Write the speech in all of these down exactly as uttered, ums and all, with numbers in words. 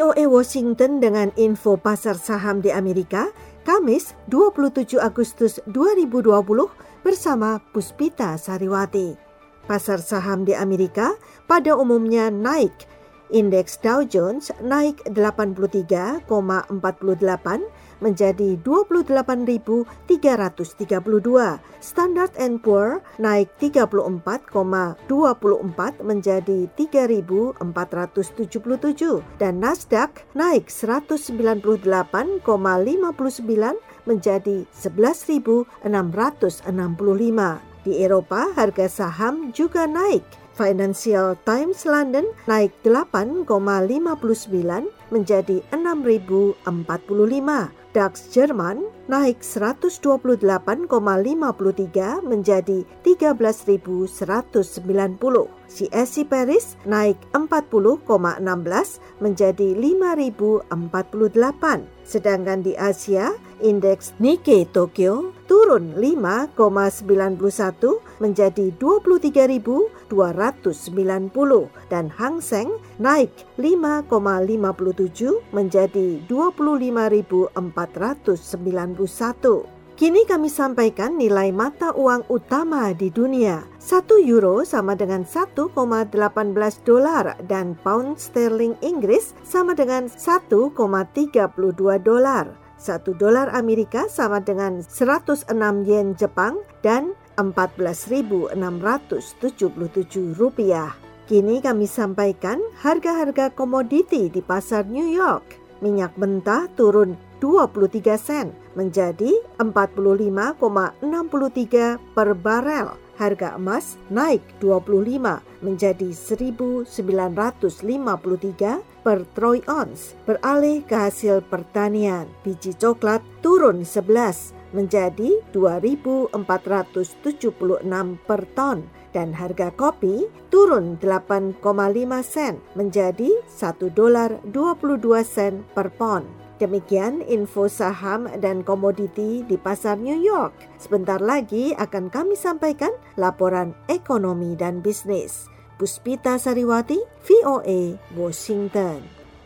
O A Washington dengan info pasar saham di Amerika, Kamis dua puluh tujuh Agustus dua ribu dua puluh bersama Puspita Sariwati. Pasar saham di Amerika pada umumnya naik. Indeks Dow Jones naik delapan puluh tiga koma empat delapan menjadi dua puluh delapan ribu tiga ratus tiga puluh dua. Standard and Poor naik tiga puluh empat koma dua empat menjadi tiga ribu empat ratus tujuh puluh tujuh dan Nasdaq naik seratus sembilan puluh delapan koma lima sembilan menjadi sebelas ribu enam ratus enam puluh lima. Di Eropa harga saham juga naik. Financial Times London naik delapan koma lima sembilan menjadi enam ribu empat puluh lima. DAX Jerman naik seratus dua puluh delapan koma lima tiga menjadi tiga belas ribu seratus sembilan puluh. C S I Paris naik empat puluh koma satu enam menjadi lima ribu empat puluh delapan. Sedangkan di Asia, indeks Nikkei Tokyo turun lima koma sembilan satu menjadi dua puluh tiga ribu dua ratus sembilan puluh dan Hang Seng naik lima koma lima tujuh menjadi dua puluh lima ribu empat ratus sembilan puluh satu. Kini kami sampaikan nilai mata uang utama di dunia. Satu euro sama dengan satu koma satu delapan dolar dan pound sterling Inggris sama dengan satu koma tiga dua dolar. Satu dolar Amerika sama dengan seratus enam yen Jepang dan empat belas ribu enam ratus tujuh puluh tujuh rupiah. Kini kami sampaikan harga-harga komoditi di pasar New York. Minyak mentah turun dua puluh tiga sen menjadi empat puluh lima koma enam tiga per barel. Harga emas naik dua puluh lima menjadi seribu sembilan ratus lima puluh tiga per troy ounce. Beralih ke hasil pertanian, biji coklat turun sebelas menjadi dua ribu empat ratus tujuh puluh enam per ton dan harga kopi turun delapan koma lima sen menjadi satu dolar dua puluh dua sen per pon. Demikian info saham dan komoditi di pasar New York. Sebentar lagi akan kami sampaikan laporan ekonomi dan bisnis. Puspita Sariwati, V O A, Washington.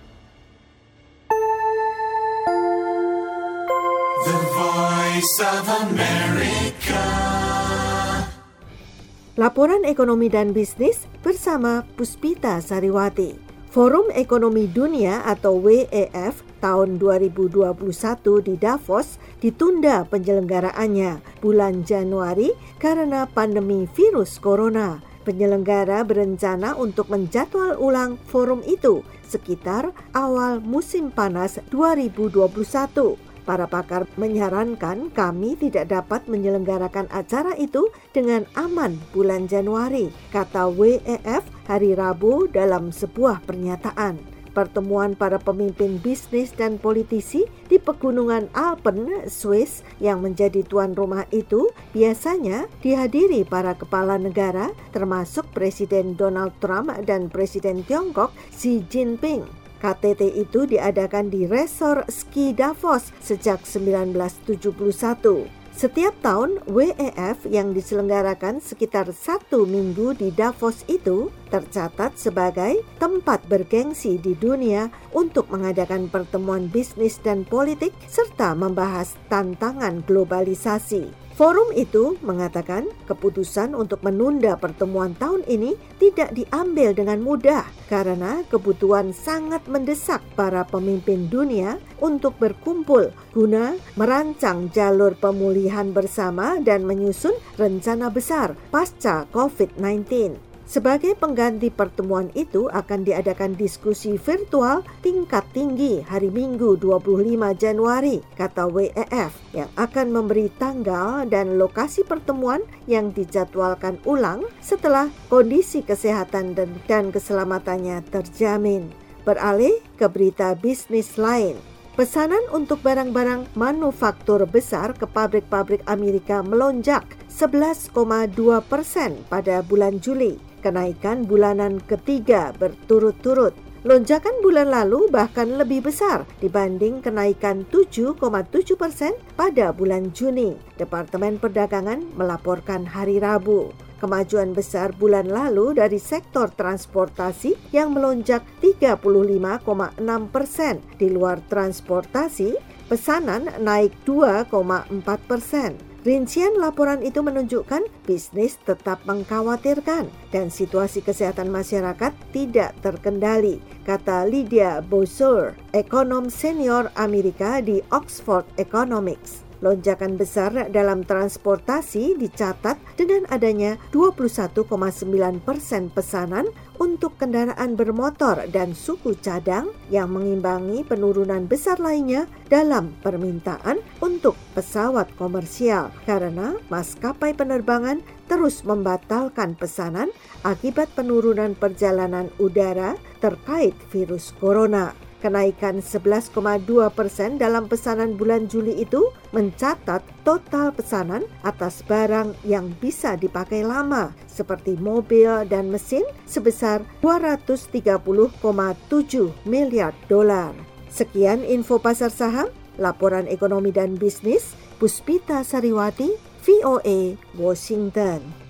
The Voice of America. Laporan ekonomi dan bisnis bersama Puspita Sariwati. Forum Ekonomi Dunia atau W E F tahun dua ribu dua puluh satu di Davos ditunda penyelenggaraannya bulan Januari karena pandemi virus corona. Penyelenggara berencana untuk menjadwal ulang forum itu sekitar awal musim panas dua ribu dua puluh satu. Para pakar menyarankan kami tidak dapat menyelenggarakan acara itu dengan aman bulan Januari, kata W E F hari Rabu dalam sebuah pernyataan. Pertemuan para pemimpin bisnis dan politisi di pegunungan Alpen, Swiss yang menjadi tuan rumah itu biasanya dihadiri para kepala negara termasuk Presiden Donald Trump dan Presiden Tiongkok Xi Jinping. K T T itu diadakan di Resort Ski Davos sejak seribu sembilan ratus tujuh puluh satu. Setiap tahun W E F yang diselenggarakan sekitar satu minggu di Davos itu tercatat sebagai tempat bergengsi di dunia untuk mengadakan pertemuan bisnis dan politik serta membahas tantangan globalisasi. Forum itu mengatakan keputusan untuk menunda pertemuan tahun ini tidak diambil dengan mudah karena kebutuhan sangat mendesak para pemimpin dunia untuk berkumpul guna merancang jalur pemulihan bersama dan menyusun rencana besar pasca covid sembilan belas. Sebagai pengganti pertemuan itu akan diadakan diskusi virtual tingkat tinggi hari Minggu dua puluh lima Januari, kata W E F, yang akan memberi tanggal dan lokasi pertemuan yang dijadwalkan ulang setelah kondisi kesehatan dan, dan keselamatannya terjamin. Beralih ke berita bisnis lain. Pesanan untuk barang-barang manufaktur besar ke pabrik-pabrik Amerika melonjak sebelas koma dua persen pada bulan Juli. Kenaikan bulanan ketiga berturut-turut. Lonjakan bulan lalu bahkan lebih besar dibanding kenaikan tujuh koma tujuh persen pada bulan Juni. Departemen Perdagangan melaporkan hari Rabu. kemajuan besar bulan lalu dari sektor transportasi yang melonjak tiga puluh lima koma enam persen. Di luar transportasi, pesanan naik dua koma empat persen. Rincian laporan itu menunjukkan bisnis tetap mengkhawatirkan dan situasi kesehatan masyarakat tidak terkendali, kata Lydia Bowser, ekonom senior Amerika di Oxford Economics. Lonjakan besar dalam transportasi dicatat dengan adanya dua puluh satu koma sembilan persen pesanan untuk kendaraan bermotor dan suku cadang yang mengimbangi penurunan besar lainnya dalam permintaan untuk pesawat komersial karena maskapai penerbangan terus membatalkan pesanan akibat penurunan perjalanan udara terkait virus corona. Kenaikan sebelas koma dua persen dalam pesanan bulan Juli itu mencatat total pesanan atas barang yang bisa dipakai lama seperti mobil dan mesin sebesar dua ratus tiga puluh koma tujuh miliar dolar. Sekian info pasar saham, laporan ekonomi dan bisnis, Puspita Sariwati, V O A, Washington.